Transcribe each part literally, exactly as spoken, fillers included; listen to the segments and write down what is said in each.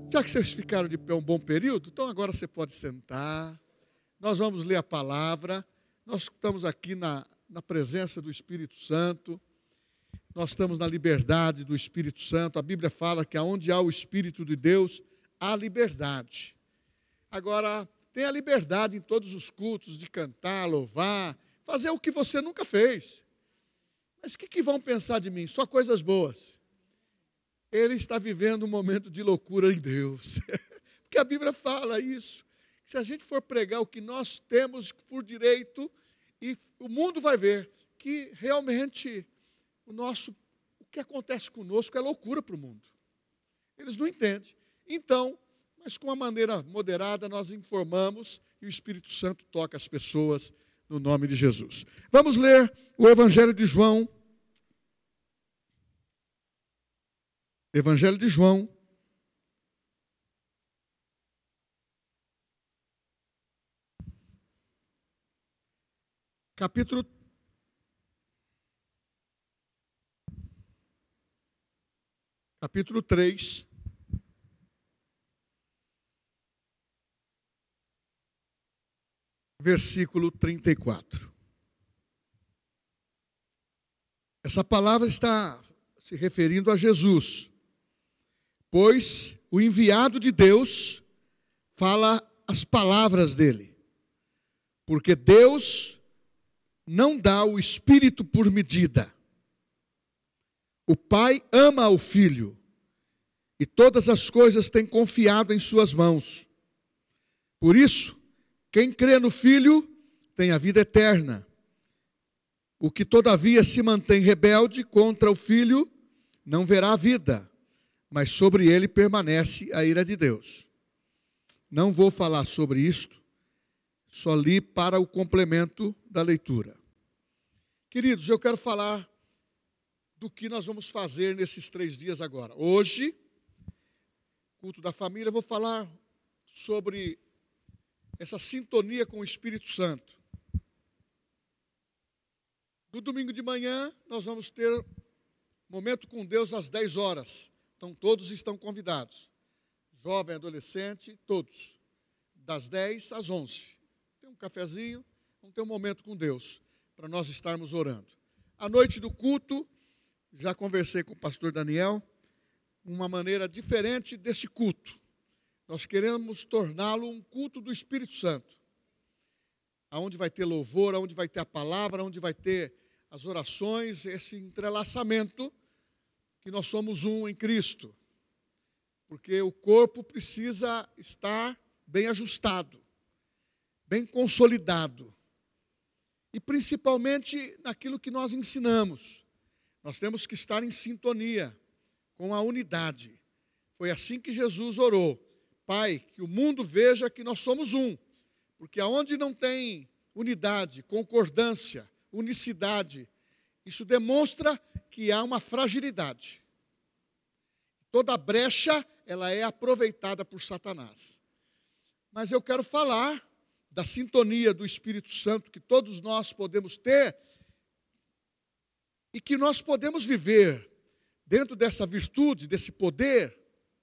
Já que vocês ficaram de pé um bom período, então agora você pode sentar. Nós vamos ler a palavra. Nós estamos aqui na, na presença do Espírito Santo. Nós estamos na liberdade do Espírito Santo. A Bíblia fala que aonde há o Espírito de Deus, há liberdade. Agora, tem a liberdade em todos os cultos de cantar, louvar, fazer o que você nunca fez. Mas o que, que vão pensar de mim? Só coisas boas. Ele está vivendo um momento de loucura em Deus. Porque a Bíblia fala isso. Se a gente for pregar o que nós temos por direito, e o mundo vai ver que realmente o nosso, o que acontece conosco é loucura para o mundo. Eles não entendem. Então, mas com uma maneira moderada, nós informamos e o Espírito Santo toca as pessoas no nome de Jesus. Vamos ler o Evangelho de João. Evangelho de João. Capítulo Capítulo três. Versículo trinta e quatro. Essa palavra está se referindo a Jesus, pois o enviado de Deus fala as palavras dele, porque Deus não dá o Espírito por medida. O Pai ama o Filho e todas as coisas tem confiado em suas mãos. Por isso, quem crê no Filho tem a vida eterna. O que todavia se mantém rebelde contra o Filho não verá a vida, mas sobre ele permanece a ira de Deus. Não vou falar sobre isto, só li para o complemento da leitura. Queridos, eu quero falar do que nós vamos fazer nesses três dias agora. Hoje, culto da família, eu vou falar sobre essa sintonia com o Espírito Santo. No domingo de manhã, nós vamos ter momento com Deus às dez horas. Então, todos estão convidados. Jovem, adolescente, todos. Das dez às onze. Tem um cafezinho, vamos ter um momento com Deus, para nós estarmos orando. À noite do culto, já conversei com o pastor Daniel, uma maneira diferente desse culto. Nós queremos torná-lo um culto do Espírito Santo, aonde vai ter louvor, aonde vai ter a palavra, aonde vai ter as orações, esse entrelaçamento, que nós somos um em Cristo, porque o corpo precisa estar bem ajustado, bem consolidado, e principalmente naquilo que nós ensinamos. Nós temos que estar em sintonia com a unidade. Foi assim que Jesus orou. Pai, que o mundo veja que nós somos um, porque aonde não tem unidade, concordância, unicidade, isso demonstra que há uma fragilidade. Toda brecha, ela é aproveitada por Satanás. Mas eu quero falar da sintonia do Espírito Santo que todos nós podemos ter e que nós podemos viver dentro dessa virtude, desse poder,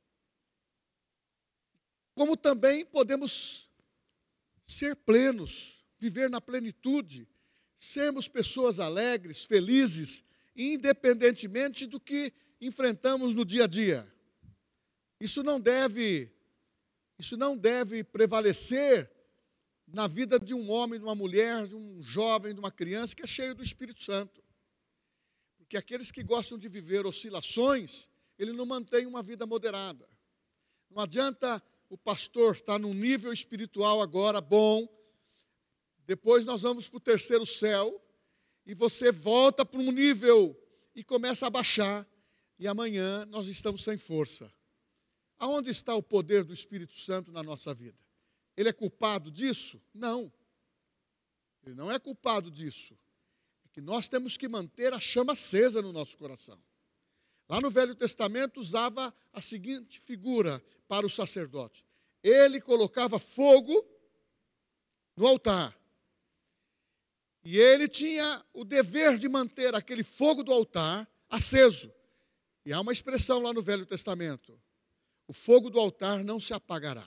como também podemos ser plenos, viver na plenitude, sermos pessoas alegres, felizes, independentemente do que enfrentamos no dia a dia. Isso não deve, isso não deve prevalecer na vida de um homem, de uma mulher, de um jovem, de uma criança que é cheio do Espírito Santo. Porque aqueles que gostam de viver oscilações, ele não mantém uma vida moderada. Não adianta o pastor estar num nível espiritual agora bom, depois nós vamos para o terceiro céu, e você volta para um nível e começa a baixar, e amanhã nós estamos sem força. Aonde está o poder do Espírito Santo na nossa vida? Ele é culpado disso? Não. Ele não é culpado disso. É que nós temos que manter a chama acesa no nosso coração. Lá no Velho Testamento usava a seguinte figura para o sacerdote. Ele colocava fogo no altar. E ele tinha o dever de manter aquele fogo do altar aceso. E há uma expressão lá no Velho Testamento. O o fogo do altar não se apagará.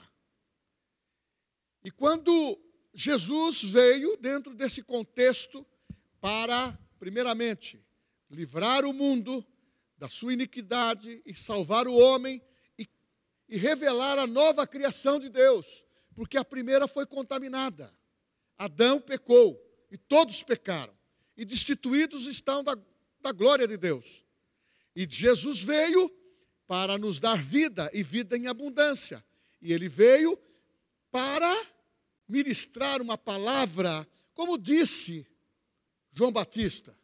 E quando Jesus veio dentro desse contexto para, primeiramente, livrar o mundo da sua iniquidade e salvar o homem e, e revelar a nova criação de Deus, porque a primeira foi contaminada. Adão pecou e todos pecaram, e destituídos estão da, da glória de Deus. E Jesus veio para nos dar vida e vida em abundância. E ele veio para ministrar uma palavra, como disse João Batista.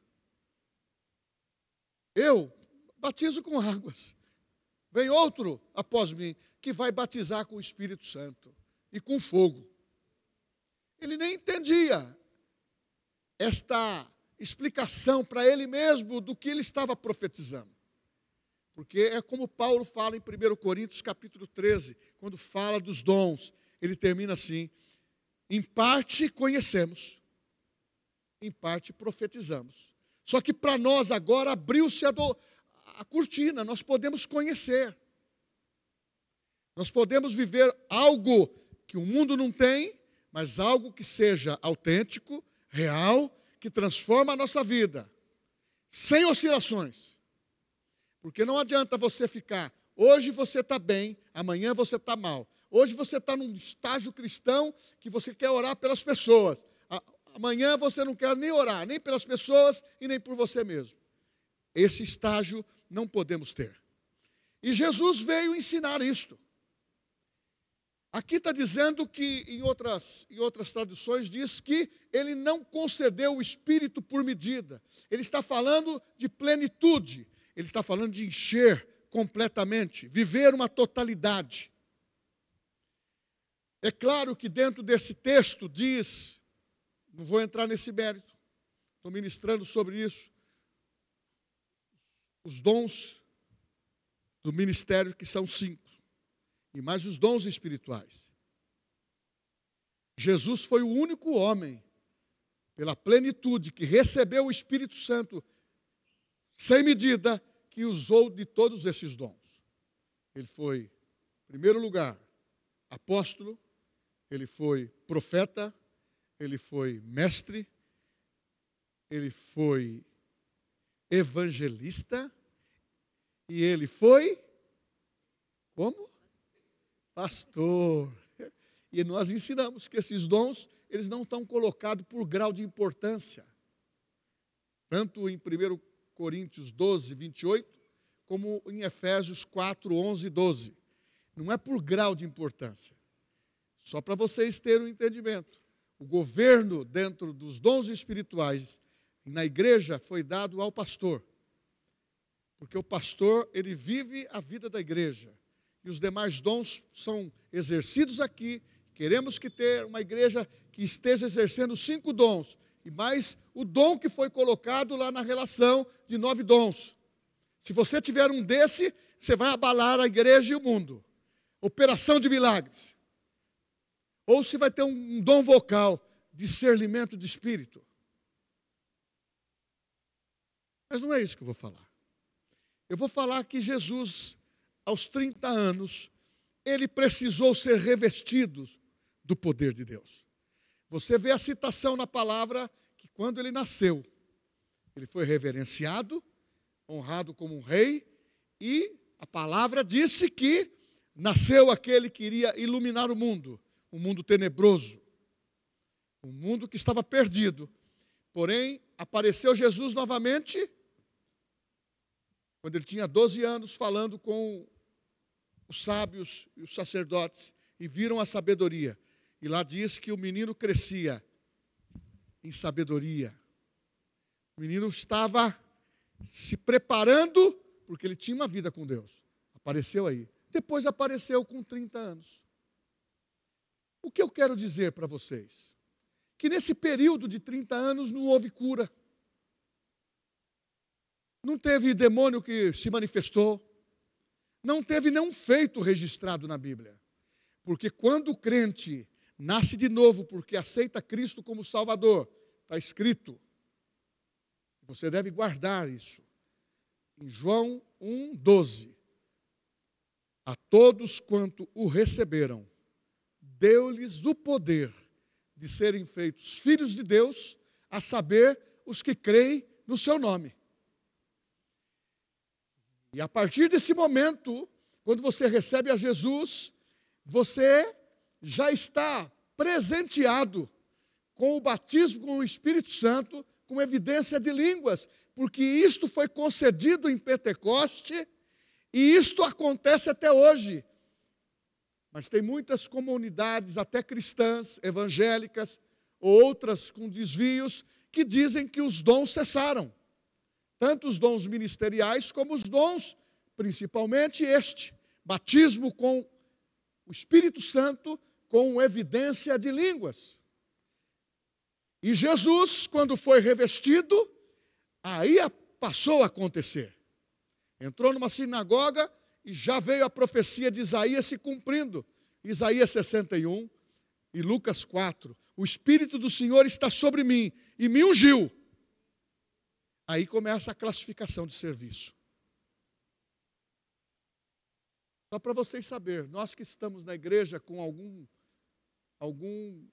Eu batizo com águas. Vem outro após mim que vai batizar com o Espírito Santo e com fogo. Ele nem entendia esta explicação para ele mesmo do que ele estava profetizando. Porque é como Paulo fala em primeiro Coríntios capítulo treze, quando fala dos dons, ele termina assim: em parte conhecemos, em parte profetizamos. Só que para nós agora abriu-se a, do, a cortina, nós podemos conhecer. Nós podemos viver algo que o mundo não tem, mas algo que seja autêntico, real, que transforma a nossa vida, sem oscilações. Porque não adianta você ficar, hoje você está bem, amanhã você está mal. Hoje você está num estágio cristão que você quer orar pelas pessoas. Amanhã você não quer nem orar, nem pelas pessoas e nem por você mesmo. Esse estágio não podemos ter. E Jesus veio ensinar isto. Aqui está dizendo que, em outras, em outras traduções, diz que ele não concedeu o Espírito por medida. Ele está falando de plenitude. Ele está falando de encher completamente, viver uma totalidade. É claro que dentro desse texto diz, não vou entrar nesse mérito, estou ministrando sobre isso, os dons do ministério, que são cinco. E mais os dons espirituais. Jesus foi o único homem, pela plenitude, que recebeu o Espírito Santo sem medida, que usou de todos esses dons. Ele foi, em primeiro lugar, apóstolo, ele foi profeta, ele foi mestre, ele foi evangelista e ele foi, como? Pastor. E nós ensinamos que esses dons, eles não estão colocados por grau de importância. Tanto em primeiro Coríntios doze, vinte e oito, como em Efésios quatro, onze e doze. Não é por grau de importância. Só para vocês terem um entendimento. O governo dentro dos dons espirituais na igreja foi dado ao pastor. Porque o pastor, ele vive a vida da igreja. E os demais dons são exercidos aqui. Queremos que ter uma igreja que esteja exercendo cinco dons. E mais o dom que foi colocado lá na relação de nove dons. Se você tiver um desse, você vai abalar a igreja e o mundo. Operação de milagres. Ou se vai ter um dom vocal, discernimento de espírito. Mas não é isso que eu vou falar. Eu vou falar que Jesus, aos trinta anos, ele precisou ser revestido do poder de Deus. Você vê a citação na palavra que quando ele nasceu, ele foi reverenciado, honrado como um rei, e a palavra disse que nasceu aquele que iria iluminar o mundo, um mundo tenebroso, um mundo que estava perdido. Porém, apareceu Jesus novamente, quando ele tinha doze anos, falando com os sábios e os sacerdotes, e viram a sabedoria. E lá diz que o menino crescia em sabedoria. O menino estava se preparando, porque ele tinha uma vida com Deus. Apareceu aí. Depois apareceu com trinta anos. O que eu quero dizer para vocês? Que nesse período de trinta anos não houve cura. Não teve demônio que se manifestou. Não teve nenhum feito registrado na Bíblia. Porque quando o crente nasce de novo porque aceita Cristo como Salvador, está escrito, você deve guardar isso, em João um, doze. A todos quanto o receberam, deu-lhes o poder de serem feitos filhos de Deus, a saber, os que creem no seu nome. E a partir desse momento, quando você recebe a Jesus, você já está presenteado com o batismo com o Espírito Santo, com evidência de línguas, porque isto foi concedido em Pentecoste e isto acontece até hoje. Mas tem muitas comunidades, até cristãs, evangélicas, ou outras com desvios, que dizem que os dons cessaram. Tanto os dons ministeriais como os dons, principalmente este, batismo com o Espírito Santo, com evidência de línguas. E Jesus, quando foi revestido, aí passou a acontecer. Entrou numa sinagoga e já veio a profecia de Isaías se cumprindo. Isaías sessenta e um e Lucas quatro. O Espírito do Senhor está sobre mim e me ungiu. Aí começa a classificação de serviço. Só para vocês saberem, nós que estamos na igreja com algum, algum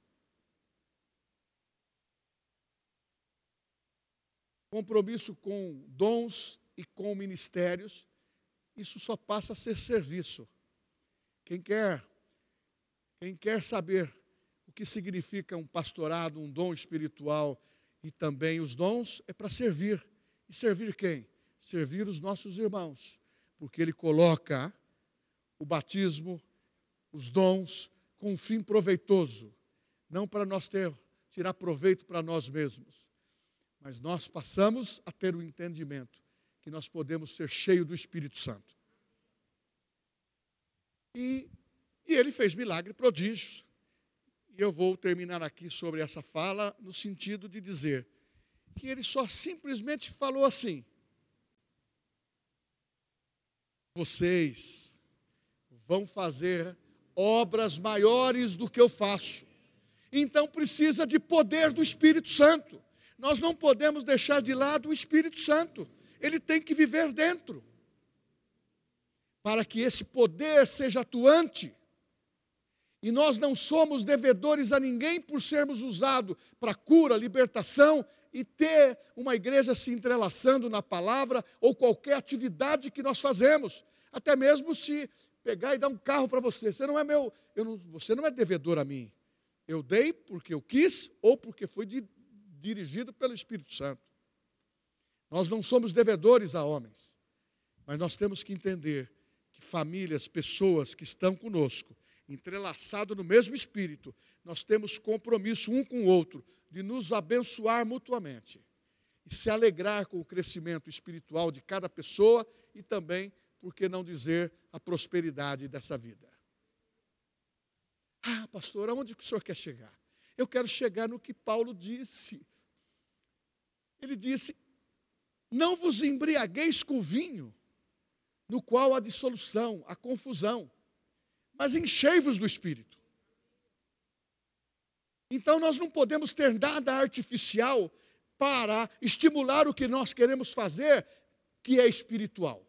compromisso com dons e com ministérios, isso só passa a ser serviço. Quem quer, quem quer saber o que significa um pastorado, um dom espiritual e também os dons, é para servir. E servir quem? Servir os nossos irmãos, porque ele coloca o batismo, os dons, com um fim proveitoso, não para nós ter, tirar proveito para nós mesmos, mas nós passamos a ter o entendimento que nós podemos ser cheios do Espírito Santo. E, e ele fez milagre, prodígios. E eu vou terminar aqui sobre essa fala no sentido de dizer que ele só simplesmente falou assim: vocês vão fazer obras maiores do que eu faço. Então precisa de poder do Espírito Santo. Nós não podemos deixar de lado o Espírito Santo. Ele tem que viver dentro. Para que esse poder seja atuante. E nós não somos devedores a ninguém por sermos usados para cura, libertação e ter uma igreja se entrelaçando na palavra ou qualquer atividade que nós fazemos. Até mesmo se pegar e dar um carro para você. Você não é meu, eu não, você não é devedor a mim. Eu dei porque eu quis ou porque foi de, dirigido pelo Espírito Santo. Nós não somos devedores a homens, mas nós temos que entender que famílias, pessoas que estão conosco, entrelaçados no mesmo Espírito, nós temos compromisso um com o outro de nos abençoar mutuamente e se alegrar com o crescimento espiritual de cada pessoa e também, por que não dizer, a prosperidade dessa vida. Ah, pastor, aonde que o senhor quer chegar? Eu quero chegar no que Paulo disse. Ele disse: não vos embriagueis com vinho, no qual há dissolução, há confusão, mas enchei-vos do Espírito. Então nós não podemos ter nada artificial para estimular o que nós queremos fazer, que é espiritual.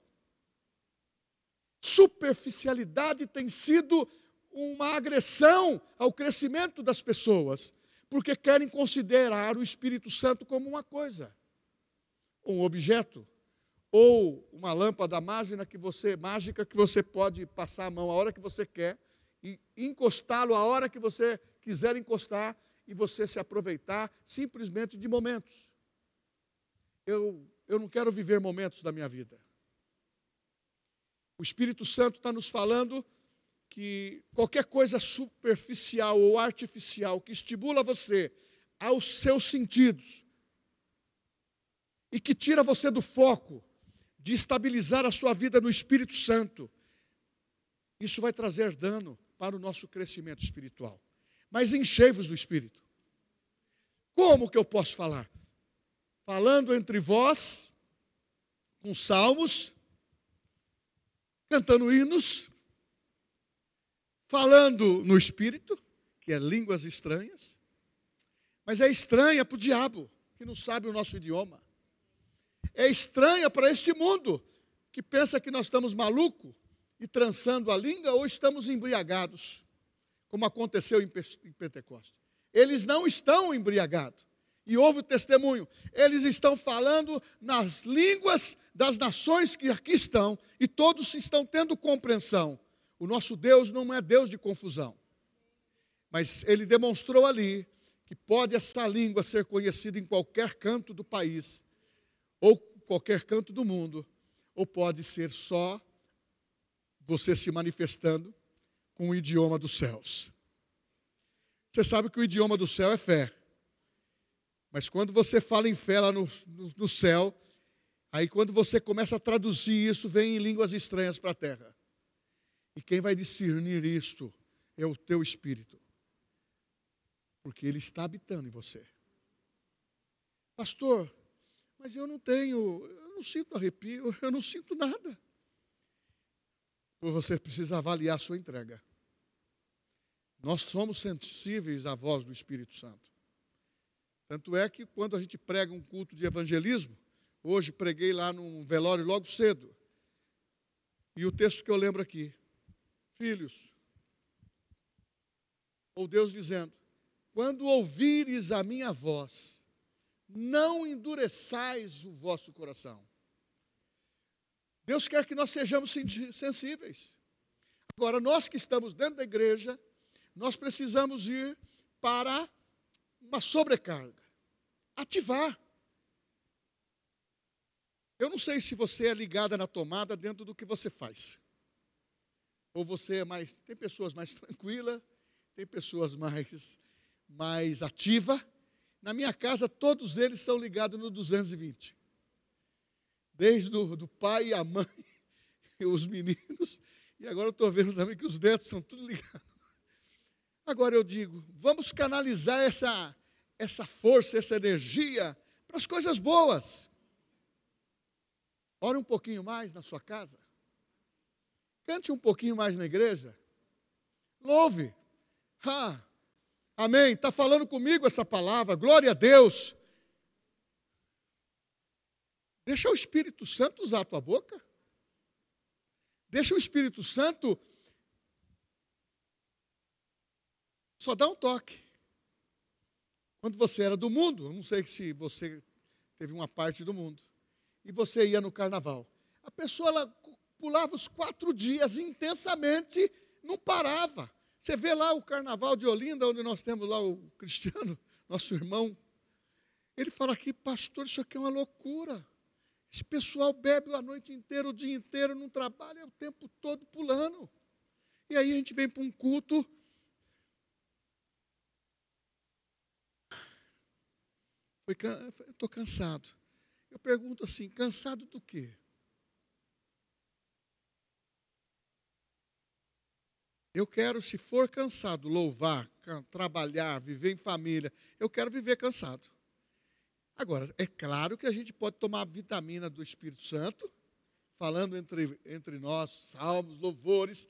Superficialidade tem sido uma agressão ao crescimento das pessoas, porque querem considerar o Espírito Santo como uma coisa, um objeto, ou uma lâmpada mágica que você, mágica que você pode passar a mão a hora que você quer e encostá-lo a hora que você quiser encostar e você se aproveitar simplesmente de momentos. Eu, eu não quero viver momentos da minha vida. O Espírito Santo está nos falando que qualquer coisa superficial ou artificial que estimula você aos seus sentidos e que tira você do foco de estabilizar a sua vida no Espírito Santo, isso vai trazer dano para o nosso crescimento espiritual. Mas enchei-vos do Espírito. Como que eu posso falar? Falando entre vós, com salmos, cantando hinos, falando no Espírito, que é línguas estranhas, mas é estranha para o diabo, que não sabe o nosso idioma. É estranha para este mundo, que pensa que nós estamos malucos, e trançando a língua, ou estamos embriagados, como aconteceu em Pentecostes. Eles não estão embriagados. E houve o testemunho. Eles estão falando nas línguas das nações que aqui estão, e todos estão tendo compreensão. O nosso Deus não é Deus de confusão. Mas Ele demonstrou ali que pode essa língua ser conhecida em qualquer canto do país, ou qualquer canto do mundo, ou pode ser só você se manifestando com o idioma dos céus. Você sabe que o idioma do céu é fé. Mas quando você fala em fé lá no, no, no céu, aí quando você começa a traduzir isso, vem em línguas estranhas para a terra. E quem vai discernir isto é o teu espírito. Porque ele está habitando em você. Pastor, mas eu não tenho, eu não sinto arrepio, eu não sinto nada. Você precisa avaliar a sua entrega. Nós somos sensíveis à voz do Espírito Santo. Tanto é que quando a gente prega um culto de evangelismo, hoje preguei lá num velório logo cedo, e o texto que eu lembro aqui, filhos, ou Deus dizendo, quando ouvires a minha voz, não endureçais o vosso coração. Deus quer que nós sejamos sensíveis. Agora, nós que estamos dentro da igreja, nós precisamos ir para uma sobrecarga, ativar. Eu não sei se você é ligada na tomada dentro do que você faz. Ou você é mais, tem pessoas mais tranquilas, tem pessoas mais, mais ativas. Na minha casa, todos eles são ligados no duzentos e vinte. Desde do, do pai e a mãe, e os meninos, e agora eu estou vendo também que os netos são tudo ligados. Agora eu digo, vamos canalizar essa, essa força, essa energia para as coisas boas. Ore um pouquinho mais na sua casa. Cante um pouquinho mais na igreja. Louve. Ah, amém. Está falando comigo essa palavra. Glória a Deus. Deixa o Espírito Santo usar a tua boca. Deixa o Espírito Santo só dar um toque. Quando você era do mundo, não sei se você teve uma parte do mundo, e você ia no carnaval. A pessoa ela pulava os quatro dias intensamente, não parava. Você vê lá o carnaval de Olinda, onde nós temos lá o Cristiano, nosso irmão. Ele fala aqui, pastor, isso aqui é uma loucura. Esse pessoal bebe a noite inteira, o dia inteiro, não trabalha, o tempo todo pulando. E aí a gente vem para um culto. Estou cansado. Eu pergunto assim, cansado do quê? Eu quero, se for cansado, louvar, trabalhar, viver em família, eu quero viver cansado. Agora, é claro que a gente pode tomar a vitamina do Espírito Santo, falando entre, entre nós, salmos, louvores,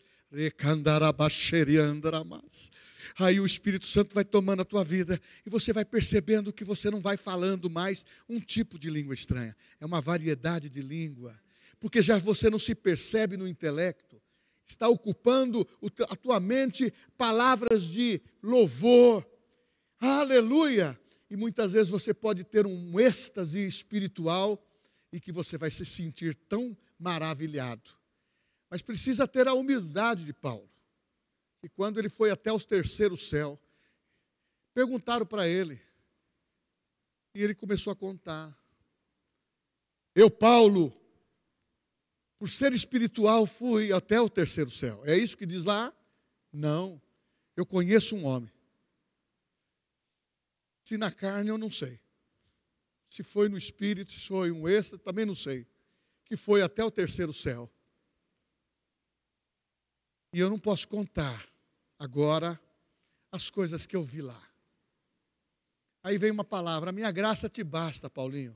aí o Espírito Santo vai tomando a tua vida e você vai percebendo que você não vai falando mais um tipo de língua estranha, é uma variedade de língua, porque já você não se percebe no intelecto, está ocupando a tua mente palavras de louvor, aleluia, e muitas vezes você pode ter um êxtase espiritual e que você vai se sentir tão maravilhado. Mas precisa ter a humildade de Paulo. E quando ele foi até o terceiro céu, perguntaram para ele. E ele começou a contar. Eu, Paulo, por ser espiritual, fui até o terceiro céu. É isso que diz lá? Não. Eu conheço um homem. Se na carne, eu não sei. Se foi no espírito, se foi um extra, também não sei. Que foi até o terceiro céu. E eu não posso contar agora as coisas que eu vi lá. Aí vem uma palavra, a minha graça te basta, Paulinho.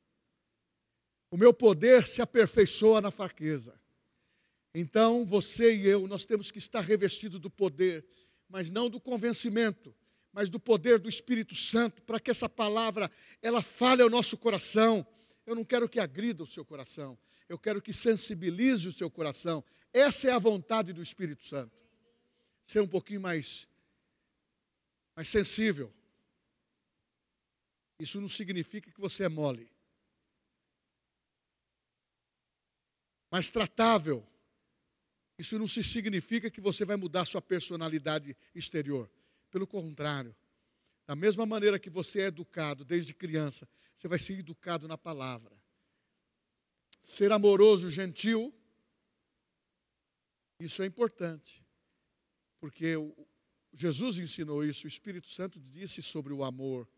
O meu poder se aperfeiçoa na fraqueza. Então, você e eu, nós temos que estar revestidos do poder, mas não do convencimento, mas do poder do Espírito Santo, para que essa palavra, ela fale ao nosso coração. Eu não quero que agrida o seu coração, eu quero que sensibilize o seu coração. Essa é a vontade do Espírito Santo. Ser um pouquinho mais, mais sensível. Isso não significa que você é mole. Mais tratável. Isso não significa que você vai mudar sua personalidade exterior. Pelo contrário. Da mesma maneira que você é educado desde criança, você vai ser educado na palavra. Ser amoroso, gentil, isso é importante. Porque Jesus ensinou isso, o Espírito Santo disse sobre o amor.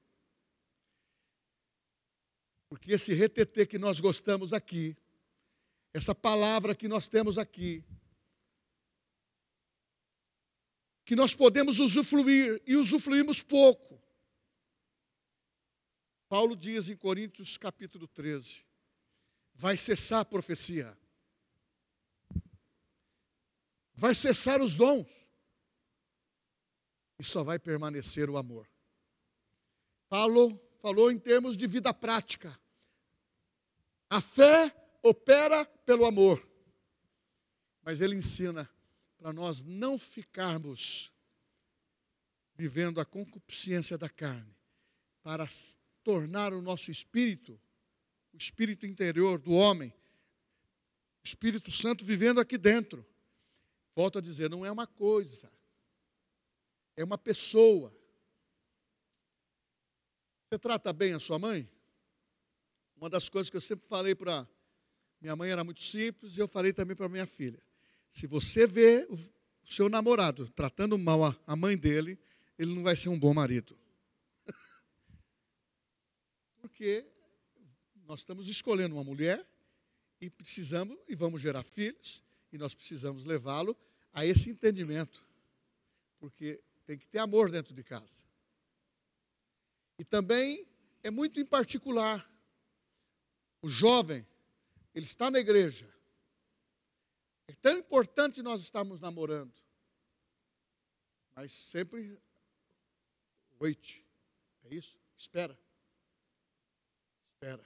Porque esse retetê que nós gostamos aqui, essa palavra que nós temos aqui, que nós podemos usufruir, e usufruímos pouco. Paulo diz em Coríntios capítulo treze, vai cessar a profecia, vai cessar os dons, e só vai permanecer o amor. Paulo falou em termos de vida prática. A fé opera pelo amor. Mas ele ensina para nós não ficarmos vivendo a concupiscência da carne, para tornar o nosso espírito, o espírito interior do homem, o Espírito Santo vivendo aqui dentro. Volto a dizer, não é uma coisa, é uma pessoa. Você trata bem a sua mãe? Uma das coisas que eu sempre falei para minha mãe era muito simples, e eu falei também para minha filha. Se você vê o seu namorado tratando mal a, a mãe dele, ele não vai ser um bom marido. Porque nós estamos escolhendo uma mulher e precisamos, e vamos gerar filhos, e nós precisamos levá-lo a esse entendimento. Porque tem que ter amor dentro de casa. E também é muito em particular. O jovem, ele está na igreja. É tão importante nós estarmos namorando. Mas sempre, wait. É isso? Espera. Espera.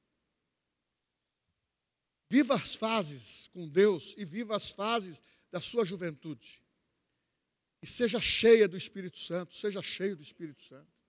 Viva as fases com Deus e viva as fases da sua juventude. E seja cheia do Espírito Santo, seja cheio do Espírito Santo.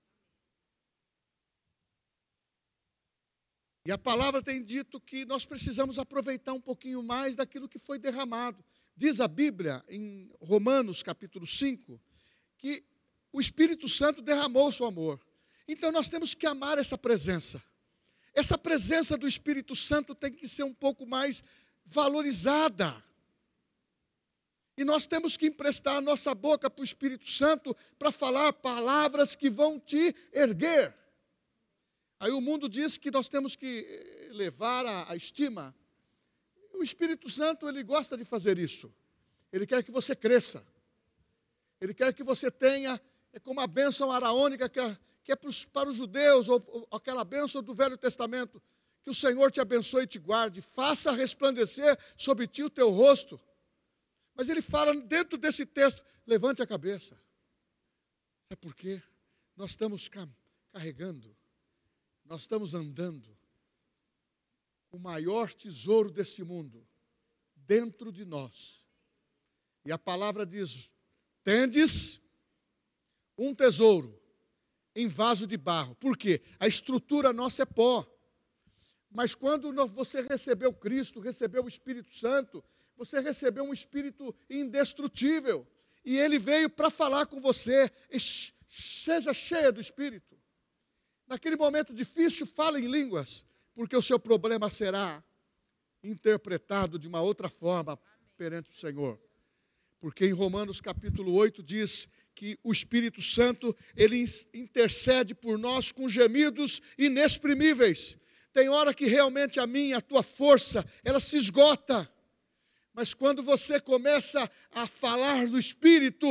E a palavra tem dito que nós precisamos aproveitar um pouquinho mais daquilo que foi derramado. Diz a Bíblia, em Romanos capítulo cinco, que o Espírito Santo derramou o seu amor. Então nós temos que amar essa presença. Essa presença do Espírito Santo tem que ser um pouco mais valorizada. E nós temos que emprestar a nossa boca para o Espírito Santo para falar palavras que vão te erguer. Aí o mundo diz que nós temos que levar a, a estima. O Espírito Santo, ele gosta de fazer isso. Ele quer que você cresça. Ele quer que você tenha, é como a bênção araônica que é, que é para, os, para os judeus, ou, ou aquela bênção do Velho Testamento. Que o Senhor te abençoe e te guarde, faça resplandecer sobre ti o teu rosto. Mas ele fala dentro desse texto, levante a cabeça. Sabe por quê? Nós estamos carregando, nós estamos andando com o maior tesouro desse mundo dentro de nós. E a palavra diz, tendes um tesouro em vaso de barro. Por quê? A estrutura nossa é pó. Mas quando você recebeu Cristo, recebeu o Espírito Santo, você recebeu um Espírito indestrutível. E Ele veio para falar com você. Seja cheia do Espírito. Naquele momento difícil, fale em línguas, porque o seu problema será interpretado de uma outra forma perante o Senhor. Porque em Romanos capítulo oito diz que o Espírito Santo, ele intercede por nós com gemidos inexprimíveis. Tem hora que realmente a minha, a tua força, ela se esgota. Mas quando você começa a falar do Espírito,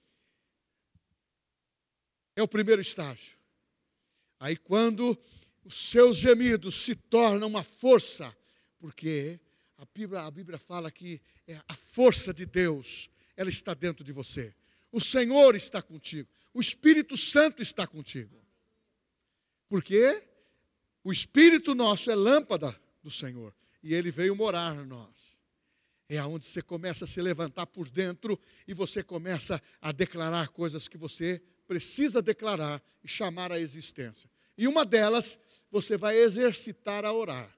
é o primeiro estágio. Aí quando os seus gemidos se tornam uma força, porque a Bíblia, a Bíblia fala que é a força de Deus, ela está dentro de você. O Senhor está contigo. O Espírito Santo está contigo. Porque o Espírito nosso é lâmpada do Senhor. E Ele veio morar em nós. é aonde você começa a se levantar por dentro e você começa a declarar coisas que você precisa declarar e chamar à existência. E uma delas, você vai exercitar a orar.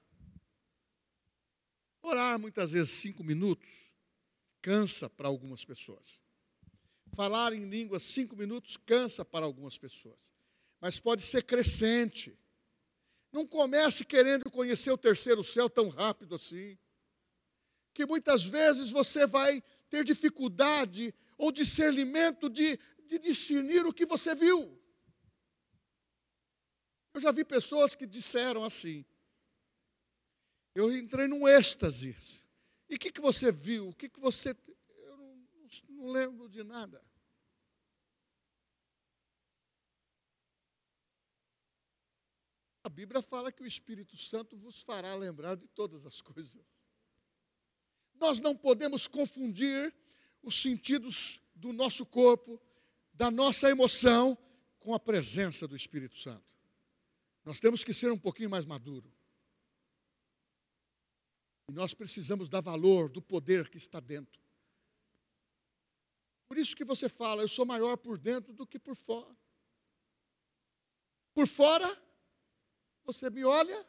Orar, muitas vezes, cinco minutos, cansa para algumas pessoas. Falar em línguas, cinco minutos, cansa para algumas pessoas. Mas pode ser crescente. Não comece querendo conhecer o terceiro céu tão rápido assim. Que muitas vezes você vai ter dificuldade ou discernimento de, de discernir o que você viu. Eu já vi pessoas que disseram assim, eu entrei num êxtase. E o que, que você viu? O que, que você... Eu não, não, não lembro de nada. A Bíblia fala que o Espírito Santo vos fará lembrar de todas as coisas. Nós não podemos confundir os sentidos do nosso corpo, da nossa emoção, com a presença do Espírito Santo. Nós temos que ser um pouquinho mais maduro. E nós precisamos dar valor do poder que está dentro. Por isso que você fala, eu sou maior por dentro do que por fora. Por fora, você me olha,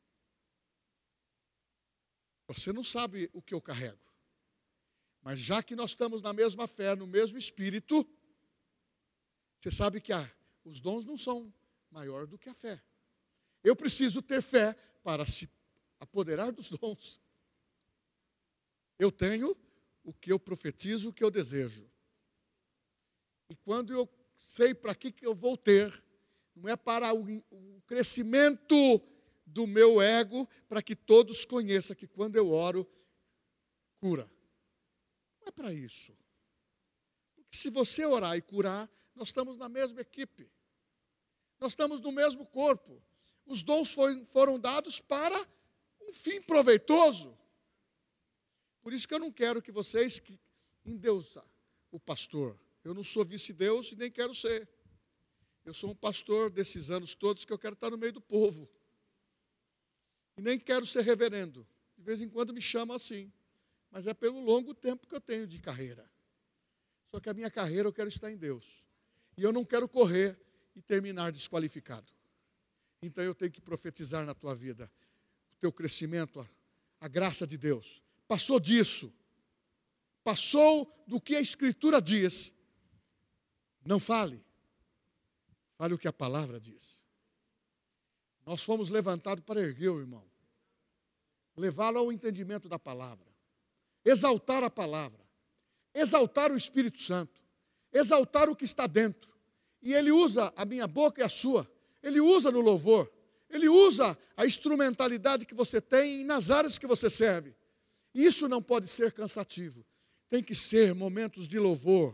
você não sabe o que eu carrego. Mas já que nós estamos na mesma fé, no mesmo Espírito, você sabe que ah, os dons não são maior do que a fé. Eu preciso ter fé para se apoderar dos dons. Eu tenho o que eu profetizo, o que eu desejo. E quando eu sei para que, que eu vou ter, não é para o, o crescimento do meu ego, para que todos conheçam que quando eu oro, cura. Não é para isso. Porque se você orar e curar, nós estamos na mesma equipe. Nós estamos no mesmo corpo. Os dons foi, foram dados para um fim proveitoso. Por isso que eu não quero que vocês que endeusam o pastor. Eu não sou vice-deus e nem quero ser. Eu sou um pastor desses anos todos que eu quero estar no meio do povo. E nem quero ser reverendo. De vez em quando me chamam assim. Mas é pelo longo tempo que eu tenho de carreira. Só que a minha carreira eu quero estar em Deus. E eu não quero correr e terminar desqualificado. Então eu tenho que profetizar na tua vida. O teu crescimento, a, a graça de Deus. Passou disso. Passou do que a Escritura diz. Não fale. Fale o que a palavra diz. Nós fomos levantados para erguer o irmão. Levá-lo ao entendimento da palavra. Exaltar a palavra. Exaltar o Espírito Santo. Exaltar o que está dentro. E ele usa a minha boca e a sua. Ele usa no louvor. Ele usa a instrumentalidade que você tem nas áreas que você serve. Isso não pode ser cansativo. Tem que ser momentos de louvor.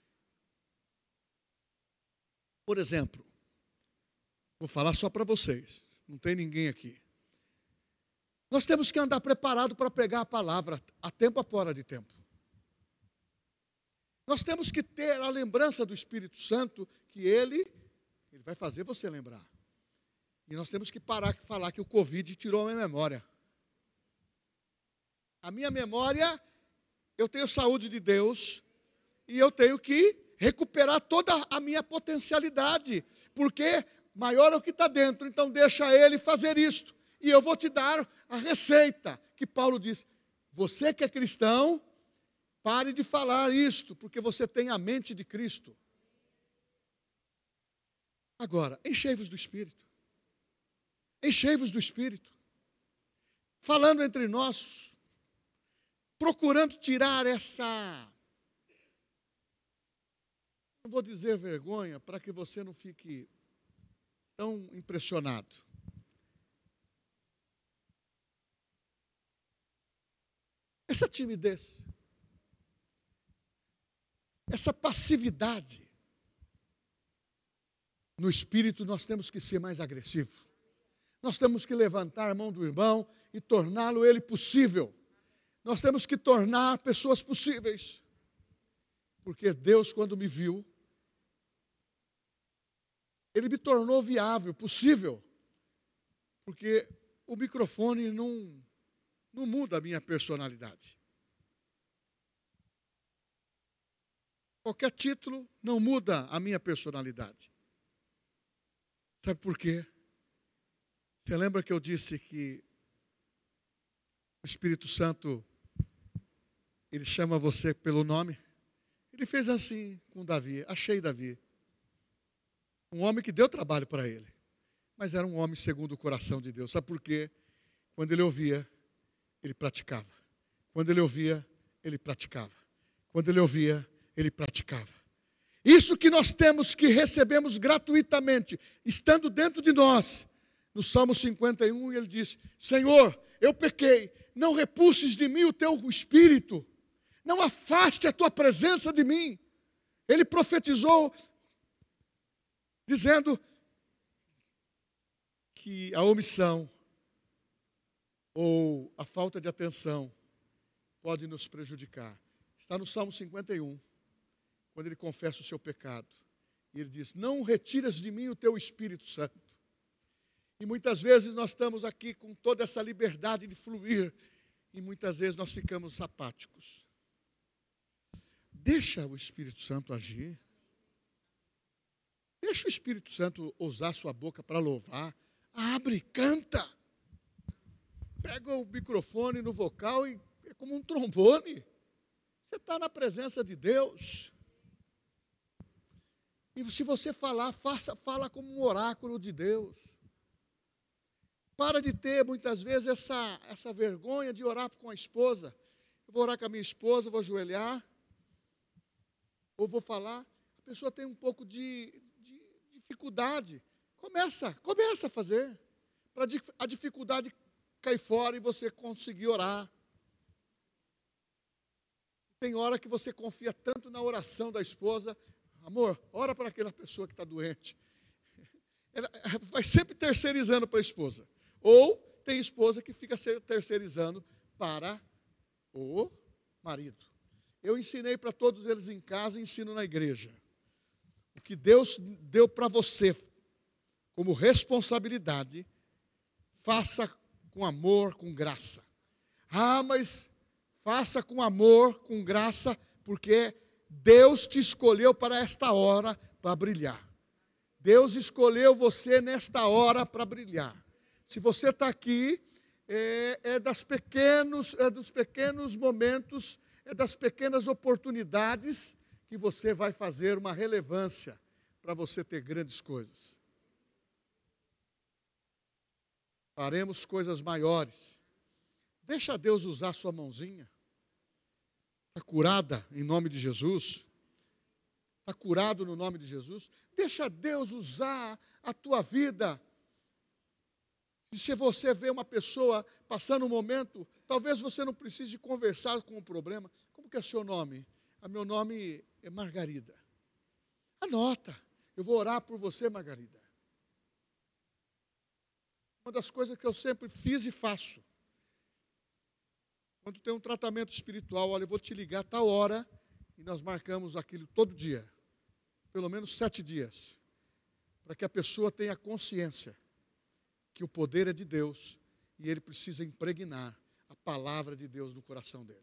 Por exemplo, vou falar só para vocês. Não tem ninguém aqui. Nós temos que andar preparado para pregar a palavra a tempo a fora de tempo. Nós temos que ter a lembrança do Espírito Santo que Ele, Ele vai fazer você lembrar. E nós temos que parar de falar que o Covid tirou a minha memória. A minha memória, eu tenho saúde de Deus e eu tenho que recuperar toda a minha potencialidade, porque maior é o que está dentro, então deixa Ele fazer isto. E eu vou te dar a receita que Paulo diz. Você que é cristão, pare de falar isto, porque você tem a mente de Cristo. Agora, enchei-vos do Espírito. Enchei-vos do Espírito. Falando entre nós, procurando tirar essa, não vou dizer vergonha, para que você não fique tão impressionado. Essa timidez, essa passividade, no espírito nós temos que ser mais agressivos. Nós temos que levantar a mão do irmão e torná-lo ele possível. Nós temos que tornar pessoas possíveis. Porque Deus, quando me viu, Ele me tornou viável, possível. Porque o microfone não, não muda a minha personalidade. qualquer título não muda a minha personalidade. Sabe por quê? Você lembra que eu disse que o Espírito Santo, ele chama você pelo nome? Ele fez assim com Davi. Achei Davi. Um homem que deu trabalho para ele. Mas era um homem segundo o coração de Deus. Sabe por quê? Quando ele ouvia, ele praticava. Quando ele ouvia, ele praticava. Quando ele ouvia, ele praticava. Isso que nós temos, que recebemos gratuitamente, estando dentro de nós. No Salmo cinquenta e um, ele diz: Senhor, eu pequei, não repulses de mim o teu espírito, não afaste a tua presença de mim. Ele profetizou, dizendo que a omissão ou a falta de atenção pode nos prejudicar. Está no Salmo cinquenta e um, quando ele confessa o seu pecado. E ele diz: não retiras de mim o teu Espírito Santo. E muitas vezes nós estamos aqui com toda essa liberdade de fluir, e muitas vezes nós ficamos apáticos. Deixa o Espírito Santo agir. Deixa o Espírito Santo usar sua boca para louvar. Abre, canta. Pega o microfone no vocal e é como um trombone. Você está na presença de Deus. E se você falar, faça, fala como um oráculo de Deus. Para de ter, muitas vezes, essa, essa vergonha de orar com a esposa. Eu vou orar com a minha esposa, vou ajoelhar, ou vou falar. A pessoa tem um pouco de, de dificuldade. Começa, começa a fazer. Para a dificuldade cair fora e você conseguir orar. Tem hora que você confia tanto na oração da esposa. Amor, ora para aquela pessoa que está doente. Ela vai sempre terceirizando para a esposa. Ou tem esposa que fica terceirizando para o marido. Eu ensinei para todos eles em casa e ensino na igreja. O que Deus deu para você como responsabilidade, faça com amor, com graça. Ah, mas faça com amor, com graça, porque Deus te escolheu para esta hora para brilhar. Deus escolheu você nesta hora para brilhar. Se você está aqui, é, é, das pequenos, é dos pequenos momentos, é das pequenas oportunidades que você vai fazer uma relevância para você ter grandes coisas. Faremos coisas maiores. Deixa Deus usar sua mãozinha. Está curada em nome de Jesus? Está curado no nome de Jesus? Deixa Deus usar a tua vida. E se você vê uma pessoa passando um momento, talvez você não precise conversar com o problema. Como que é o seu nome? O meu nome é Margarida. Anota. Eu vou orar por você, Margarida. Uma das coisas que eu sempre fiz e faço. Quando tem um tratamento espiritual, olha, eu vou te ligar a tal hora, e nós marcamos aquilo todo dia. Pelo menos sete dias. Para que a pessoa tenha consciência que o poder é de Deus e ele precisa impregnar a palavra de Deus no coração dele.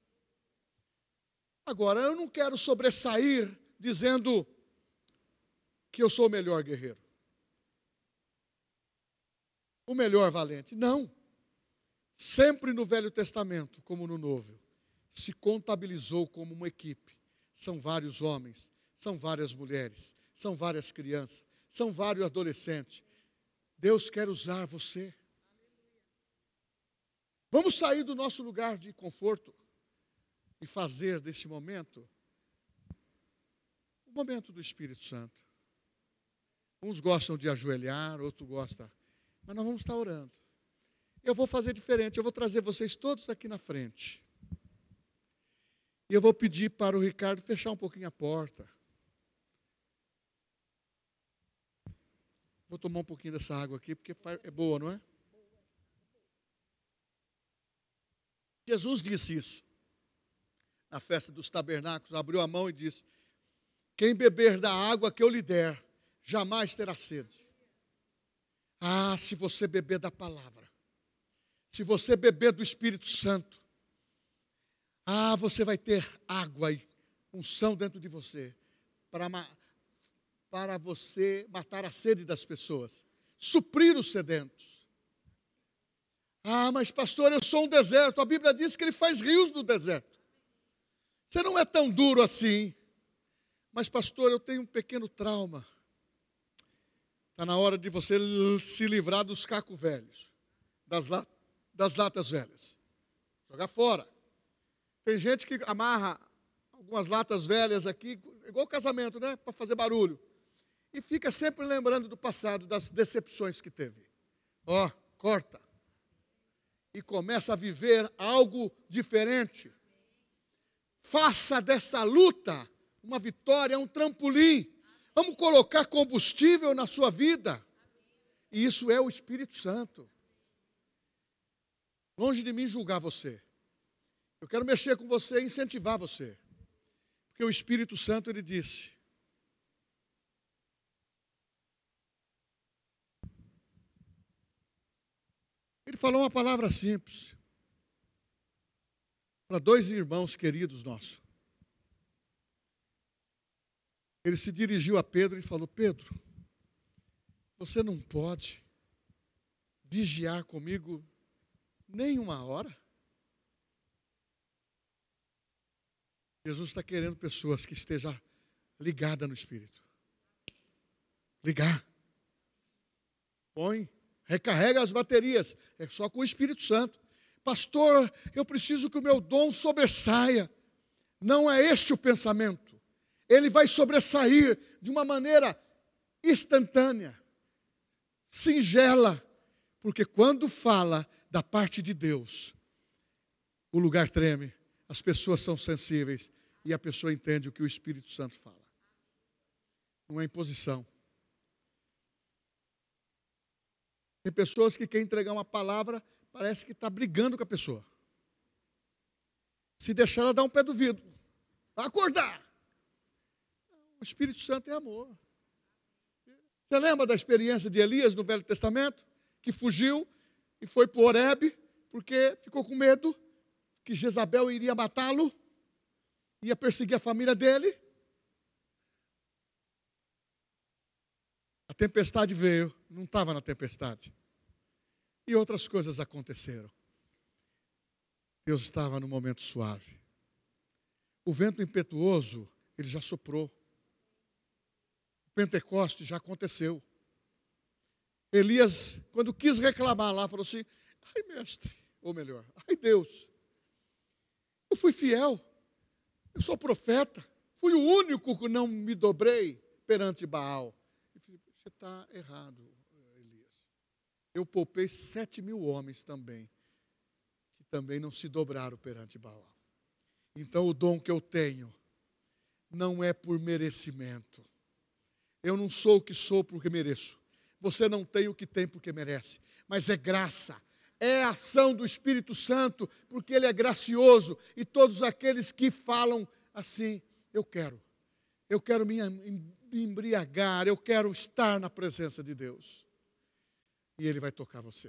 Agora, eu não quero sobressair dizendo que eu sou o melhor guerreiro, o melhor valente. Não. Sempre no Velho Testamento, como no Novo, se contabilizou como uma equipe. São vários homens, são várias mulheres, são várias crianças, são vários adolescentes. Deus quer usar você. Vamos sair do nosso lugar de conforto e fazer deste momento o momento do Espírito Santo. Uns gostam de ajoelhar, outros gostam, mas nós vamos estar orando. Eu vou fazer diferente, eu vou trazer vocês todos aqui na frente. E eu vou pedir para o Ricardo fechar um pouquinho a porta. Vou tomar um pouquinho dessa água aqui, porque é boa, não é? Jesus disse isso. Na festa dos tabernáculos, abriu a mão e disse: quem beber da água que eu lhe der, jamais terá sede. Ah, se você beber da palavra, se você beber do Espírito Santo, ah, você vai ter água aí. unção dentro de você para, para você matar a sede das pessoas, suprir os sedentos. Ah, mas pastor, eu sou um deserto. A Bíblia diz que ele faz rios no deserto. Você não é tão duro assim. Mas pastor, eu tenho um pequeno trauma. Está na hora de você se livrar dos cacos velhos, das, la, das latas velhas. Jogar fora. Tem gente que amarra algumas latas velhas aqui, igual casamento, né? Para fazer barulho. E fica sempre lembrando do passado, das decepções que teve. Ó, corta. E começa a viver algo diferente. Faça dessa luta uma vitória, um trampolim. Vamos colocar combustível na sua vida. E isso é o Espírito Santo. Longe de mim julgar você. Eu quero mexer com você e incentivar você. Porque o Espírito Santo, ele disse: ele falou uma palavra simples para dois irmãos queridos nossos. Ele se dirigiu a Pedro e falou: Pedro, você não pode vigiar comigo nem uma hora? Jesus está querendo pessoas que estejam ligadas no Espírito. Ligar. Põe, recarrega as baterias. É só com o Espírito Santo. Pastor, eu preciso que o meu dom sobressaia. Não é este o pensamento. Ele vai sobressair de uma maneira instantânea, singela, porque quando fala da parte de Deus, o lugar treme, as pessoas são sensíveis e a pessoa entende o que o Espírito Santo fala. Não é imposição. Tem pessoas que querem entregar uma palavra, parece que está brigando com a pessoa. Se deixar ela dar um pé do vidro, vai acordar. O Espírito Santo é amor. Você lembra da experiência de Elias no Velho Testamento? Que fugiu e foi para o Horebe, porque ficou com medo que Jezabel iria matá-lo, ia perseguir a família dele. A tempestade veio, não estava na tempestade. E outras coisas aconteceram. Deus estava no momento suave. O vento impetuoso, ele já soprou. O Pentecoste já aconteceu. Elias, quando quis reclamar lá, falou assim: ai mestre, ou melhor, ai Deus, eu fui fiel, eu sou profeta, fui o único que não me dobrei perante Baal. Você está errado, Elias. Eu poupei sete mil homens também, que também não se dobraram perante Baal. Então o dom que eu tenho não é por merecimento. Eu não sou o que sou porque mereço. Você não tem o que tem porque merece. Mas é graça. É a ação do Espírito Santo, porque Ele é gracioso. E todos aqueles que falam assim: eu quero. Eu quero me embriagar. Eu quero estar na presença de Deus. E Ele vai tocar você.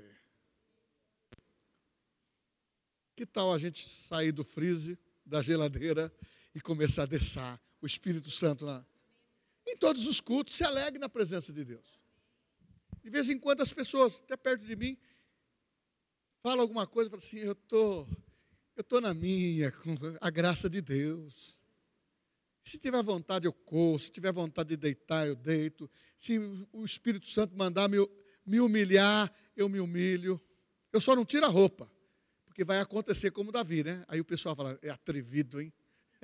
Que tal a gente sair do freezer, da geladeira, e começar a deixar o Espírito Santo lá? Em todos os cultos, se alegre na presença de Deus. De vez em quando as pessoas, até perto de mim, falam alguma coisa, falam assim: eu tô, eu tô na minha, com a graça de Deus. Se tiver vontade, eu corro. Se tiver vontade de deitar, eu deito. Se o Espírito Santo mandar me, me humilhar, eu me humilho. Eu só não tiro a roupa, porque vai acontecer como Davi, né? Aí o pessoal fala: é atrevido, hein?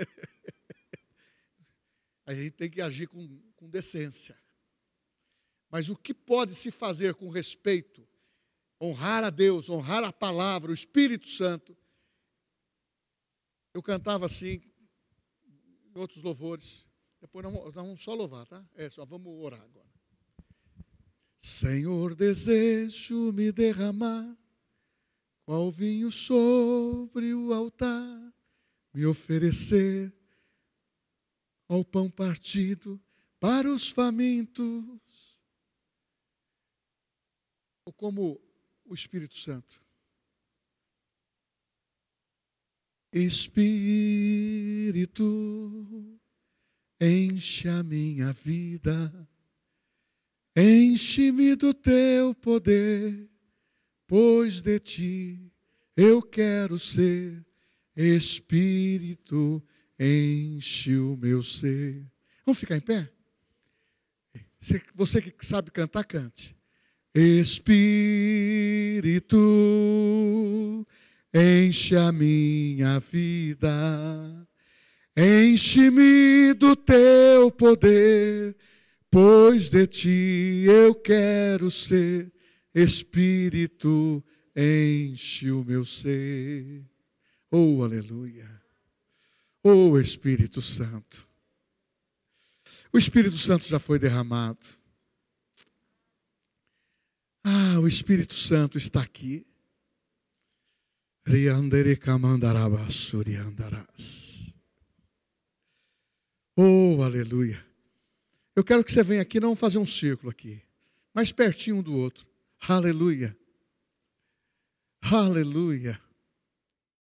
A gente tem que agir com, com decência. Mas o que pode se fazer com respeito, honrar a Deus, honrar a palavra, o Espírito Santo. Eu cantava assim, em outros louvores. Depois nós, nós vamos só louvar, tá? É, só vamos orar agora. Senhor, desejo me derramar, qual vinho sobre o altar, me oferecer ao pão partido para os famintos. Ou como o Espírito Santo. Espírito, enche a minha vida, enche-me do teu poder, pois de ti eu quero ser. Espírito, enche o meu ser. Vamos ficar em pé? Você que sabe cantar, cante. Espírito, enche a minha vida, enche-me do teu poder, pois de ti eu quero ser. Espírito, enche o meu ser. Oh, aleluia. Oh, Espírito Santo. O Espírito Santo já foi derramado. Ah, o Espírito Santo está aqui. Oh, aleluia. Eu quero que você venha aqui, não fazer um círculo aqui, mais pertinho um do outro. Aleluia. Aleluia.